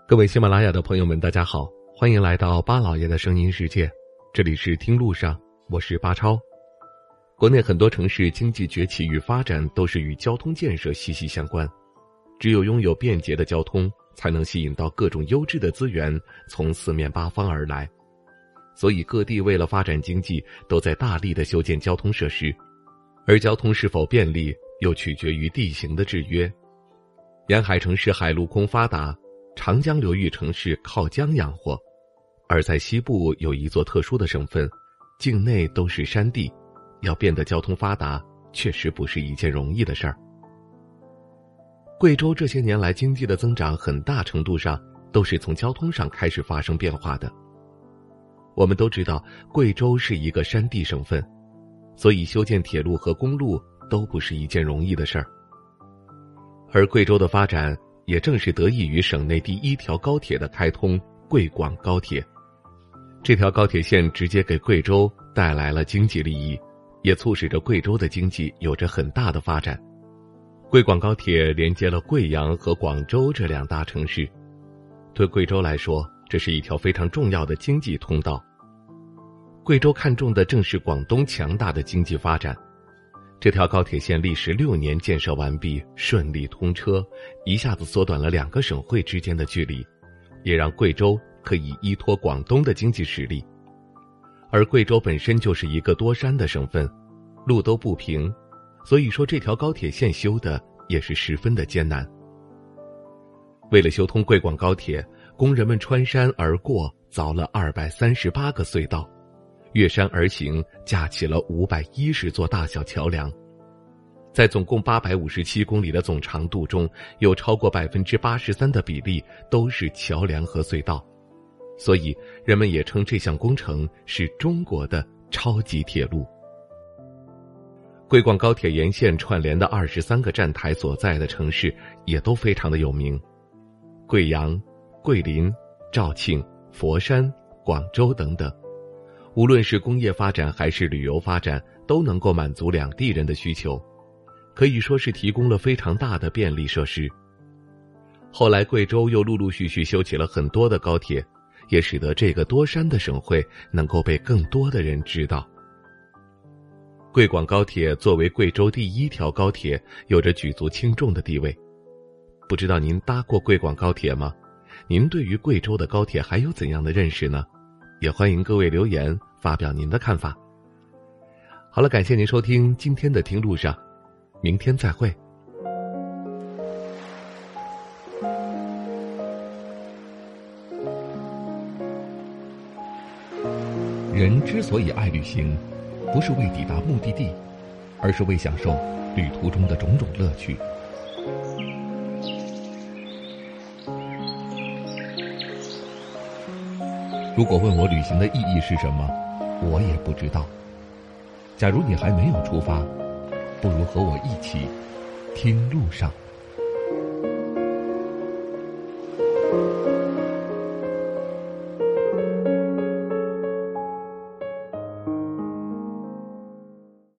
各位喜马拉雅的朋友们，大家好，欢迎来到巴老爷的声音世界，这里是听路上，我是巴超。国内很多城市经济崛起与发展都是与交通建设息息相关，只有拥有便捷的交通，才能吸引到各种优质的资源从四面八方而来。所以各地为了发展经济，都在大力的修建交通设施，而交通是否便利，又取决于地形的制约。沿海城市海陆空发达，长江流域城市靠江养活，而在西部有一座特殊的省份，境内都是山地，要变得交通发达，确实不是一件容易的事儿。贵州这些年来经济的增长很大程度上都是从交通上开始发生变化的。我们都知道，贵州是一个山地省份，所以修建铁路和公路都不是一件容易的事儿。而贵州的发展也正是得益于省内第一条高铁的开通——贵广高铁。这条高铁线直接给贵州带来了经济利益，也促使着贵州的经济有着很大的发展。贵广高铁连接了贵阳和广州这两大城市，对贵州来说，这是一条非常重要的经济通道。贵州看重的正是广东强大的经济发展。这条高铁线历时6年建设完毕，顺利通车，一下子缩短了2个省会之间的距离，也让贵州可以依托广东的经济实力。而贵州本身就是一个多山的省份，路都不平，所以说这条高铁线修的也是十分的艰难。为了修通贵广高铁，工人们穿山而过，凿了238个隧道，越山而行，架起了510座大小桥梁。在总共857公里的总长度中，有超过83%的比例都是桥梁和隧道，所以人们也称这项工程是中国的超级铁路。贵广高铁沿线串联的23个站台所在的城市也都非常的有名，贵阳、桂林、肇庆、佛山、广州等等。无论是工业发展还是旅游发展，都能够满足两地人的需求，可以说是提供了非常大的便利设施。后来贵州又陆陆续续修起了很多的高铁，也使得这个多山的省会能够被更多的人知道。贵广高铁作为贵州第一条高铁，有着举足轻重的地位。不知道您搭过贵广高铁吗？您对于贵州的高铁还有怎样的认识呢？也欢迎各位留言发表您的看法。好了，感谢您收听今天的听路上，明天再会。人之所以爱旅行，不是为抵达目的地，而是为享受旅途中的种种乐趣。如果问我旅行的意义是什么，我也不知道。假如你还没有出发，不如和我一起听路上。